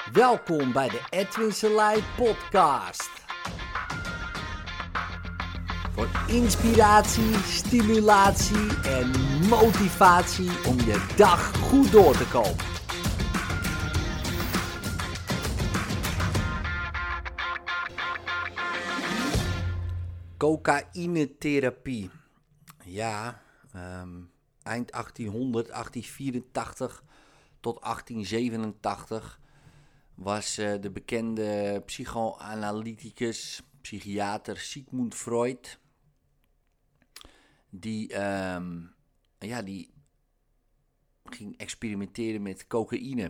Welkom bij de Edwin Selei podcast. Voor inspiratie, stimulatie en motivatie om je dag goed door te komen. Cocaïnetherapie. Ja, eind 1800, 1884 tot 1887 was de bekende psychoanalyticus, psychiater Sigmund Freud. Die ging experimenteren met cocaïne.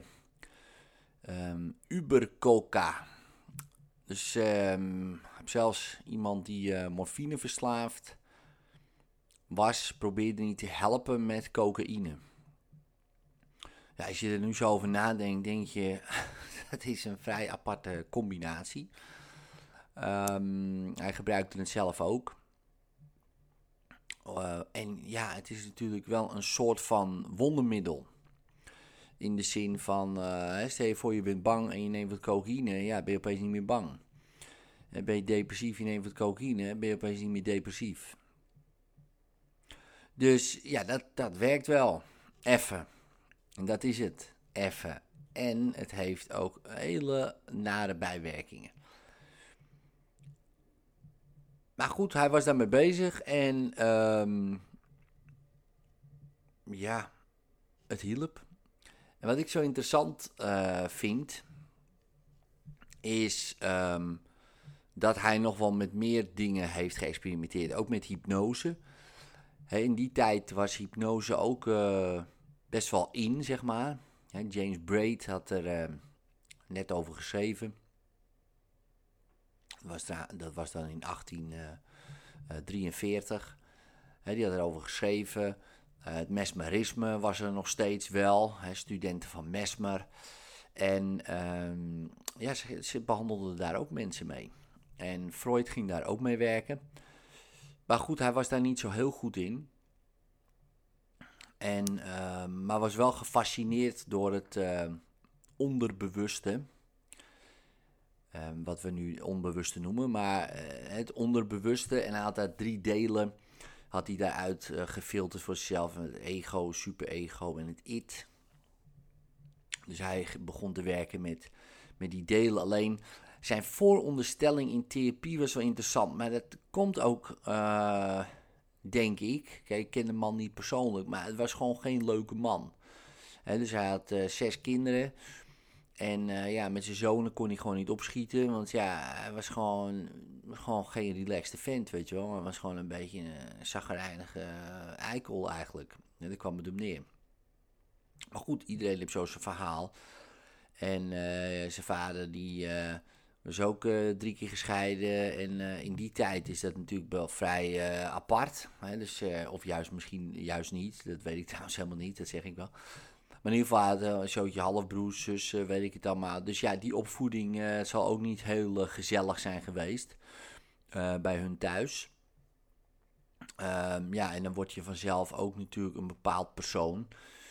Ubercoca. Dus heb zelfs iemand die morfine verslaafd was, probeerde niet te helpen met cocaïne. Ja, als je er nu zo over nadenkt, denk je, dat is een vrij aparte combinatie. Hij gebruikte het zelf ook. En ja, het is natuurlijk wel een soort van wondermiddel. In de zin van, stel je voor je bent bang en je neemt wat cocaïne, ja, ben je opeens niet meer bang. En ben je depressief, je neemt wat cocaïne, ben je opeens niet meer depressief. Dus ja, dat werkt wel. Even. En dat is het. Even. En het heeft ook hele nare bijwerkingen. Maar goed, hij was daarmee bezig en het hielp. En wat ik zo interessant vind, is dat hij nog wel met meer dingen heeft geëxperimenteerd. Ook met hypnose. In die tijd was hypnose ook best wel in, zeg maar. James Braid had er net over geschreven. Dat was dan in 1843. Die had erover geschreven. Het mesmerisme was er nog steeds wel. Studenten van Mesmer. En ze behandelden daar ook mensen mee. En Freud ging daar ook mee werken. Maar goed, hij was daar niet zo heel goed in. Maar was wel gefascineerd door het onderbewuste. Wat we nu onbewuste noemen. Maar het onderbewuste. En hij had daar 3 delen. Had hij daaruit gefilterd voor zichzelf. Het ego, superego en het id. Dus hij begon te werken met die delen. Alleen zijn vooronderstelling in therapie was wel interessant. Maar dat komt ook, denk ik. Kijk, ik ken de man niet persoonlijk. Maar het was gewoon geen leuke man. Dus hij had 6 kinderen. En met zijn zonen kon hij gewoon niet opschieten. Want ja, hij was gewoon geen relaxed vent, weet je wel. Hij was gewoon een beetje een chagrijnige eikel eigenlijk. En daar kwam het op neer. Maar goed, iedereen heeft zo zijn verhaal. En zijn vader die was ook 3 keer gescheiden. En in die tijd is dat natuurlijk wel vrij apart. Dus, of misschien juist niet. Dat weet ik trouwens helemaal niet, dat zeg ik wel. Maar in ieder geval een zootje halfbroers, zus, weet ik het allemaal. Dus ja, die opvoeding zal ook niet heel gezellig zijn geweest bij hun thuis. En dan word je vanzelf ook natuurlijk een bepaald persoon.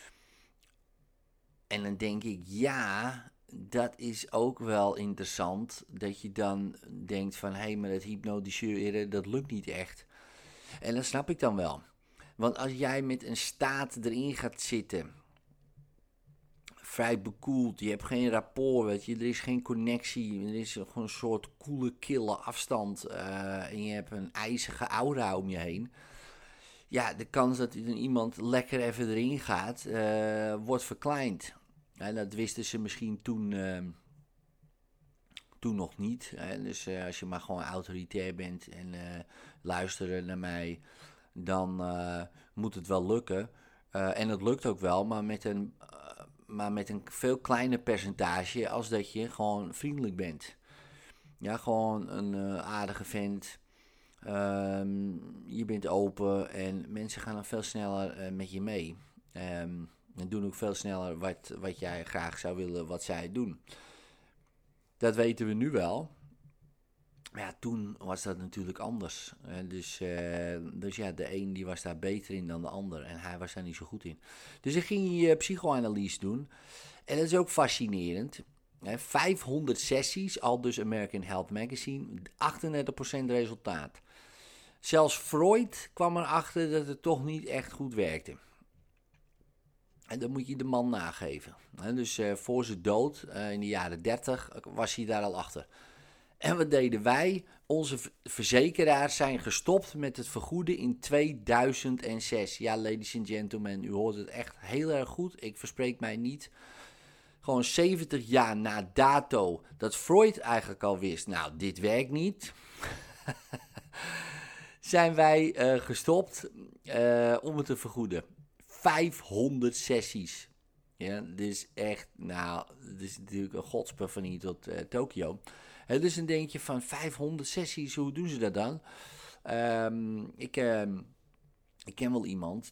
En dan denk ik, ja, dat is ook wel interessant. Dat je dan denkt van, hé, maar dat hypnotiseren, dat lukt niet echt. En dat snap ik dan wel. Want als jij met een staat erin gaat zitten, vrij bekoeld, je hebt geen rapport, weet je, er is geen connectie, er is gewoon een soort koele, kille afstand en je hebt een ijzige aura om je heen. Ja, de kans dat iemand lekker even erin gaat, wordt verkleind. En dat wisten ze misschien toen nog niet. Dus als je maar gewoon autoritair bent en luisteren naar mij, dan moet het wel lukken. En het lukt ook wel, maar met een veel kleiner percentage als dat je gewoon vriendelijk bent. Ja, gewoon een aardige vent. Je bent open en mensen gaan dan veel sneller met je mee. En doen ook veel sneller wat jij graag zou willen wat zij doen. Dat weten we nu wel. Maar ja, toen was dat natuurlijk anders. Dus ja, de een die was daar beter in dan de ander. En hij was daar niet zo goed in. Dus dan ging je psychoanalyse doen. En dat is ook fascinerend. 500 sessies, al dus American Health Magazine, 38% resultaat. Zelfs Freud kwam erachter dat het toch niet echt goed werkte. En dan moet je de man nageven. Dus voor zijn dood, in de jaren 30, was hij daar al achter. En wat deden wij? Onze verzekeraars zijn gestopt met het vergoeden in 2006. Ja, ladies and gentlemen, u hoort het echt heel erg goed. Ik verspreek mij niet. Gewoon 70 jaar na dato dat Freud eigenlijk al wist, nou, dit werkt niet. Zijn wij gestopt om het te vergoeden. 500 sessies. Ja, dit is echt, nou, dit is natuurlijk een godspe van hier tot Tokio. Dus dan denk je van 500 sessies, hoe doen ze dat dan? Ik ken wel iemand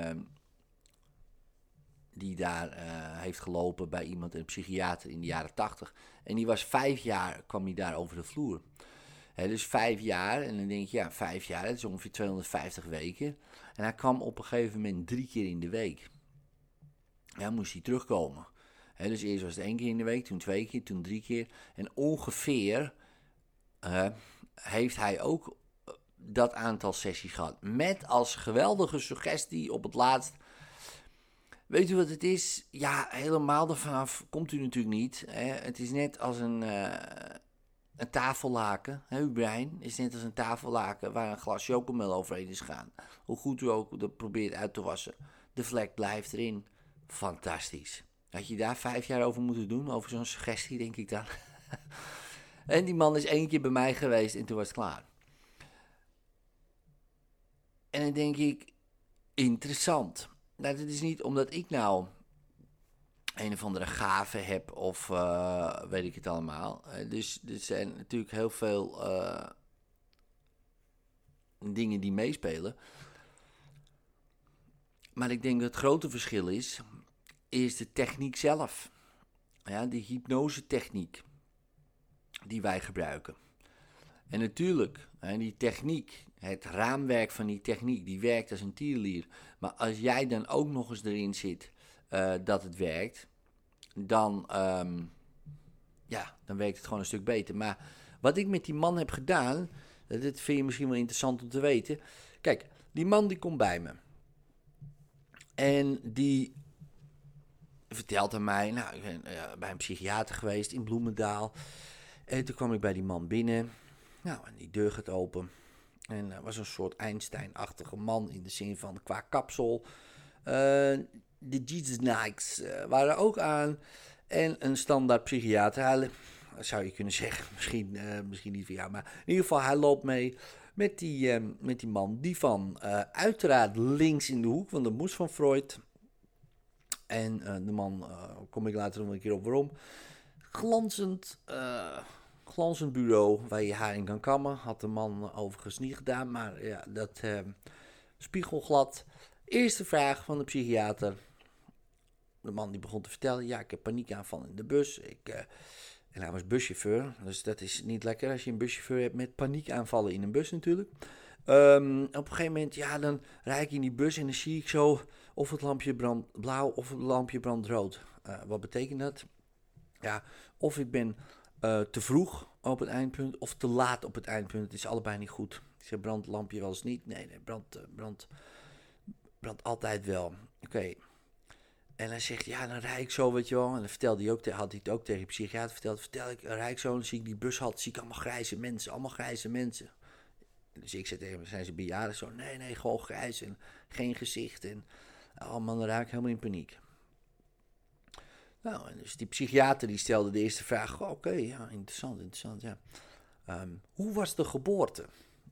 die daar heeft gelopen bij iemand, een psychiater in de jaren 80. En die was 5 jaar, kwam hij daar over de vloer. Dus 5 jaar, en dan denk je, ja, 5 jaar, dat is ongeveer 250 weken. En hij kwam op een gegeven moment 3 keer in de week. Ja, moest hij terugkomen. Dus eerst was het 1 keer in de week, toen 2 keer, toen 3 keer. En ongeveer heeft hij ook dat aantal sessies gehad. Met als geweldige suggestie op het laatst. Weet u wat het is? Ja, helemaal ervan af komt u natuurlijk niet. Het is net als een tafellaken. Uw brein is net als een tafellaken waar een glas chocomel overheen is gegaan. Hoe goed u ook dat probeert uit te wassen. De vlek blijft erin. Fantastisch. Had je daar 5 jaar over moeten doen? Over zo'n suggestie, denk ik dan. En die man is 1 keer bij mij geweest en toen was het klaar. En dan denk ik, interessant. Nou, dit is niet omdat ik nou een of andere gave heb of weet ik het allemaal. Dus er zijn natuurlijk heel veel dingen die meespelen. Maar ik denk dat het grote verschil is de techniek zelf. Ja, de hypnosetechniek die wij gebruiken. En natuurlijk, die techniek, het raamwerk van die techniek, die werkt als een tierenlier. Maar als jij dan ook nog eens erin zit dat het werkt, dan werkt het gewoon een stuk beter. Maar wat ik met die man heb gedaan, dat vind je misschien wel interessant om te weten. Kijk, die man die komt bij me. En die vertelt aan mij, nou, ik ben bij een psychiater geweest in Bloemendaal. En toen kwam ik bij die man binnen. Nou, en die deur gaat open. En er was een soort Einstein-achtige man in de zin van qua kapsel. De Jesus Nikes waren ook aan. En een standaard psychiater. Zou je kunnen zeggen, misschien niet voor jou. Maar in ieder geval, hij loopt mee met die man. Die van uiteraard links in de hoek, want dat moest van Freud. En de man, kom ik later nog een keer op waarom. Glanzend bureau waar je haar in kan kammen. Had de man overigens niet gedaan, maar ja, dat spiegelglad. Eerste vraag van de psychiater. De man die begon te vertellen, ja, ik heb paniekaanval in de bus. En hij was buschauffeur, dus dat is niet lekker als je een buschauffeur hebt met paniekaanvallen in een bus natuurlijk. Op een gegeven moment, ja, dan rijd ik in die bus en dan zie ik zo of het lampje brandt blauw of het lampje brandt rood. Wat betekent dat? Ja, of ik ben te vroeg op het eindpunt of te laat op het eindpunt. Het is allebei niet goed. Ik zeg, brandt het lampje wel eens niet? Nee, brandt altijd wel. Oké. En hij zegt, ja, dan rijd ik zo, weet je wel. En dan vertelde hij ook, had hij het ook tegen de psychiater verteld. Rijd ik zo en dan zie ik die bushalte, zie ik allemaal grijze mensen. Dus ik zei tegen hem, zijn ze bejaarden? Zo, nee, gewoon grijs en geen gezicht. En man, dan raak ik helemaal in paniek. Nou, en dus die psychiater die stelde de eerste vraag. Oké, ja, interessant, ja. Hoe was de geboorte?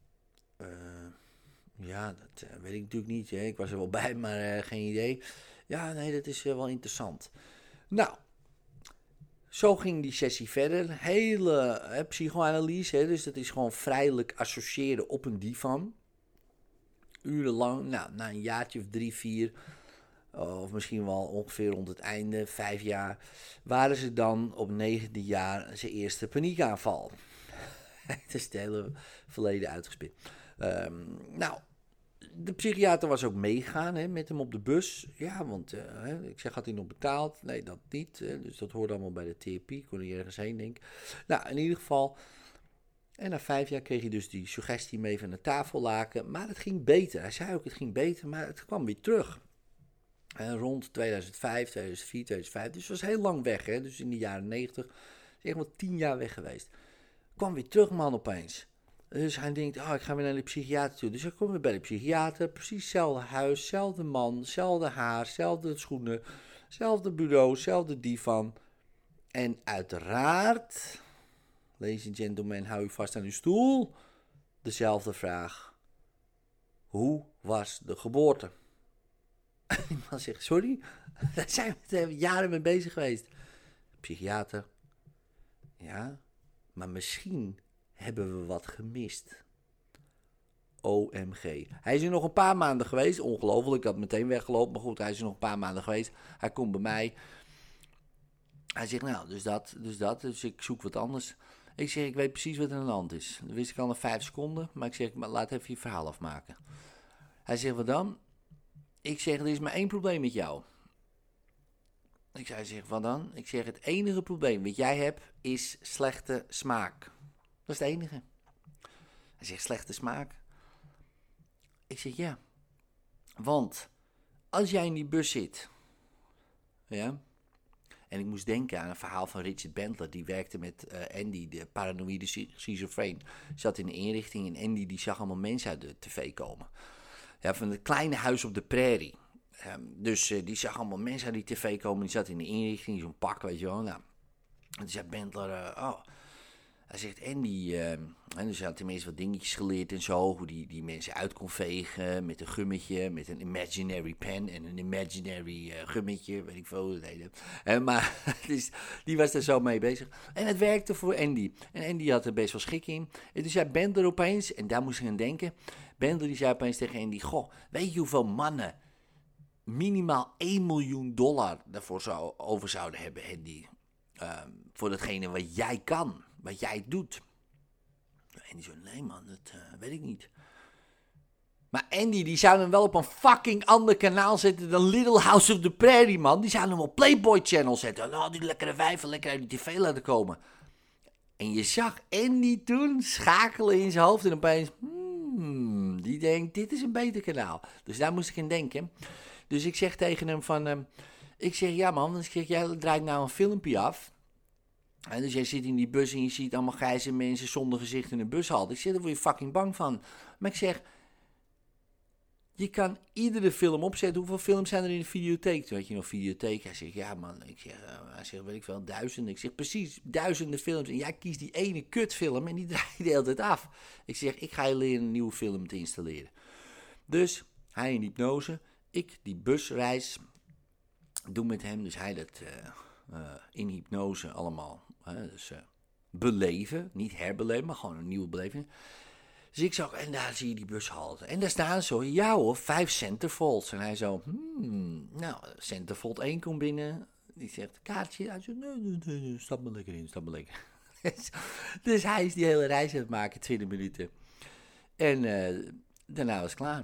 Ja, dat weet ik natuurlijk niet. Hè. Ik was er wel bij, maar geen idee. Ja, nee, dat is wel interessant. Nou, zo ging die sessie verder. Hele psychoanalyse, hè, dus dat is gewoon vrijelijk associëren op een divan. Urenlang, nou, na een jaartje of 3, 4, of misschien wel ongeveer rond het einde, 5 jaar, waren ze dan op 9e jaar zijn eerste paniekaanval. Het is het hele verleden uitgespit. Nou, de psychiater was ook meegegaan met hem op de bus. Ja, want ik zeg, had hij nog betaald? Nee, dat niet. Dus dat hoorde allemaal bij de therapie. Ik kon er ergens heen, denk ik. Nou, in ieder geval. En na 5 jaar kreeg hij dus die suggestie mee van de tafellaken. Maar het ging beter. Hij zei ook, het ging beter, maar het kwam weer terug. Rond 2005, 2004, 2005. Dus het was heel lang weg. Dus in de jaren 90. Zeg maar 10 jaar weg geweest. Kwam weer terug, man, opeens. Dus hij denkt, ik ga weer naar de psychiater toe. Dus hij komt weer bij de psychiater. Precies hetzelfde huis, hetzelfde man, hetzelfde haar, hetzelfde schoenen, hetzelfde bureau, hetzelfde divan. En uiteraard, ladies and gentlemen, hou u vast aan uw stoel. Dezelfde vraag. Hoe was de geboorte? En dan zegt, sorry? Daar zijn we jaren mee bezig geweest. Psychiater. Ja, maar misschien hebben we wat gemist. OMG. Hij is er nog een paar maanden geweest. Ongelooflijk, ik had meteen weggelopen. Maar goed, hij is er nog een paar maanden geweest. Hij komt bij mij. Hij zegt, nou, dus ik zoek wat anders. Ik zeg, ik weet precies wat er aan de hand is. Dat wist ik al na 5 seconden. Maar ik zeg, laat even je verhaal afmaken. Hij zegt, wat dan? Ik zeg, er is maar 1 probleem met jou. Hij zegt, wat dan? Ik zeg, het enige probleem wat jij hebt is slechte smaak. Dat is het enige. Hij zegt, slechte smaak? Ik zeg, ja. Want als jij in die bus zit, ja, en ik moest denken aan een verhaal van Richard Bandler, die werkte met Andy, de paranoïde schizofreen. Zat in de inrichting en Andy die zag allemaal mensen uit de tv komen. Ja, van het kleine huis op de prairie. Dus die zag allemaal mensen uit die tv komen, die zat in de inrichting, zo'n pak, weet je wel. Nou, en toen zei Bandler, hij zegt, Andy, en dus hij had tenminste wat dingetjes geleerd en zo, hoe die mensen uit kon vegen met een gummetje, met een imaginary pen en een imaginary gummetje, weet ik veel hoe dat heette. Maar dus, die was er zo mee bezig. En het werkte voor Andy. En Andy had er best wel schik in. En toen zei Bandler opeens, en daar moest ik aan denken, Bandler die zei opeens tegen Andy, goh, weet je hoeveel mannen minimaal $1 miljoen daarvoor over zouden hebben, Andy, voor datgene wat jij kan. Wat jij doet. En die zo, nee man, dat weet ik niet. Maar Andy, die zou hem wel op een fucking ander kanaal zetten dan Little House of the Prairie, man. Die zou hem op Playboy Channel zetten. Nou, die lekkere wijven lekker uit die tv laten komen. En je zag Andy toen schakelen in zijn hoofd en opeens, die denkt, dit is een beter kanaal. Dus daar moest ik aan denken. Dus ik zeg tegen hem van, ik zeg, ja man, ik zeg, jij draait nou een filmpje af. En dus jij zit in die bus en je ziet allemaal grijze mensen zonder gezicht in een bushalte. Ik zeg, daar word je fucking bang van. Maar ik zeg, je kan iedere film opzetten. Hoeveel films zijn er in de videotheek? Toen had je nog videotheek. Hij zegt, ja man. Hij zegt, weet ik veel, 1000. Ik zeg, precies, 1000 films. En jij kiest die ene kutfilm en die draai je de hele tijd af. Ik zeg, ik ga je leren een nieuwe film te installeren. Dus, hij in hypnose. Ik die busreis doe met hem. Dus hij dat in hypnose allemaal beleven. Niet herbeleven, maar gewoon een nieuwe beleving. Dus ik zag, en daar zie je die bushalte. En daar staan zo, ja hoor, 5 centerfolds. En hij zo, nou, centerfold 1 komt binnen. Die zegt, kaartje. Hij zegt, nee, stap maar lekker in, stap maar lekker. Dus hij is die hele reis aan het maken, 20 minuten. En daarna was het klaar.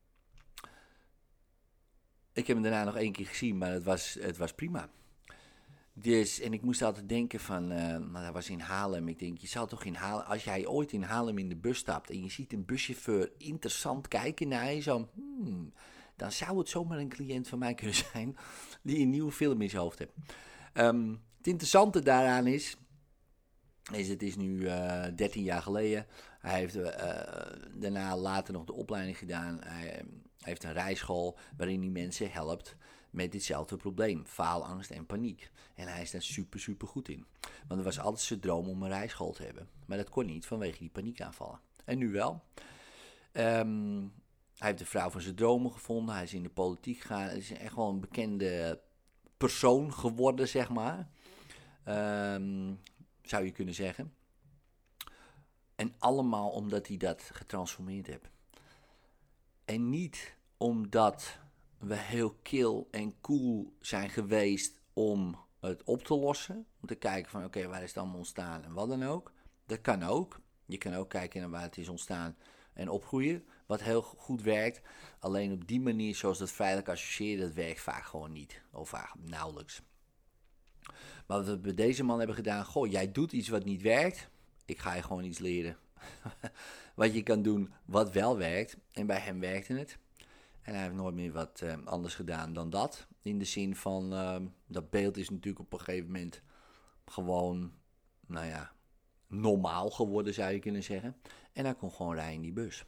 Ik heb hem daarna nog 1 keer gezien, maar het was prima. Dus, en ik moest altijd denken van, maar dat was in Haarlem. Ik denk, je zou toch in Haarlem, als jij ooit in Haarlem in de bus stapt en je ziet een buschauffeur interessant kijken naar je, zo, dan zou het zomaar een cliënt van mij kunnen zijn die een nieuwe film in zijn hoofd heeft. Het interessante daaraan is het is nu 13 jaar geleden. Hij heeft daarna later nog de opleiding gedaan. Hij heeft een rijschool waarin hij mensen helpt met ditzelfde probleem. Faalangst en paniek. En hij is daar super, super goed in. Want het was altijd zijn droom om een rijschool te hebben. Maar dat kon niet vanwege die paniekaanvallen. En nu wel. Hij heeft de vrouw van zijn dromen gevonden. Hij is in de politiek gegaan. Hij is echt wel een bekende persoon geworden, zeg maar. Zou je kunnen zeggen. En allemaal omdat hij dat getransformeerd heeft. En niet omdat we heel kill en cool zijn geweest om het op te lossen. Om te kijken van oké, waar is het allemaal ontstaan en wat dan ook. Dat kan ook. Je kan ook kijken naar waar het is ontstaan en opgroeien. wat heel goed werkt. Alleen op die manier, zoals dat feitelijk associëren, dat werkt vaak gewoon niet. Of vaak nauwelijks. Maar wat we bij deze man hebben gedaan, goh, jij doet iets wat niet werkt. Ik ga je gewoon iets leren. Wat je kan doen wat wel werkt. En bij hem werkte het. En hij heeft nooit meer wat anders gedaan dan dat. In de zin van, dat beeld is natuurlijk op een gegeven moment gewoon, normaal geworden, zou je kunnen zeggen. En hij kon gewoon rijden in die bus.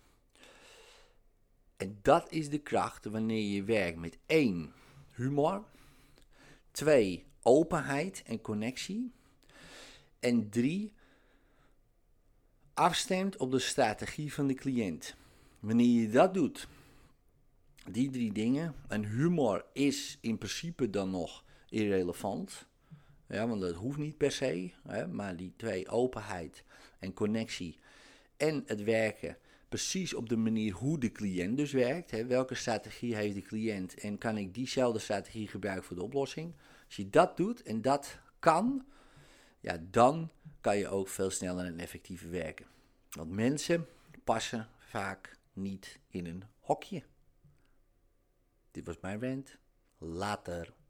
En dat is de kracht wanneer je werkt met 1, humor. 2, openheid en connectie. En 3, afstemt op de strategie van de cliënt. Wanneer je dat doet, die 3 dingen, en humor is in principe dan nog irrelevant. Ja, want dat hoeft niet per se, hè, maar die 2, openheid en connectie en het werken precies op de manier hoe de cliënt dus werkt. Hè, welke strategie heeft de cliënt en kan ik diezelfde strategie gebruiken voor de oplossing? Als je dat doet en dat kan, ja, dan kan je ook veel sneller en effectiever werken. Want mensen passen vaak niet in een hokje. Dit was mijn rant. Later.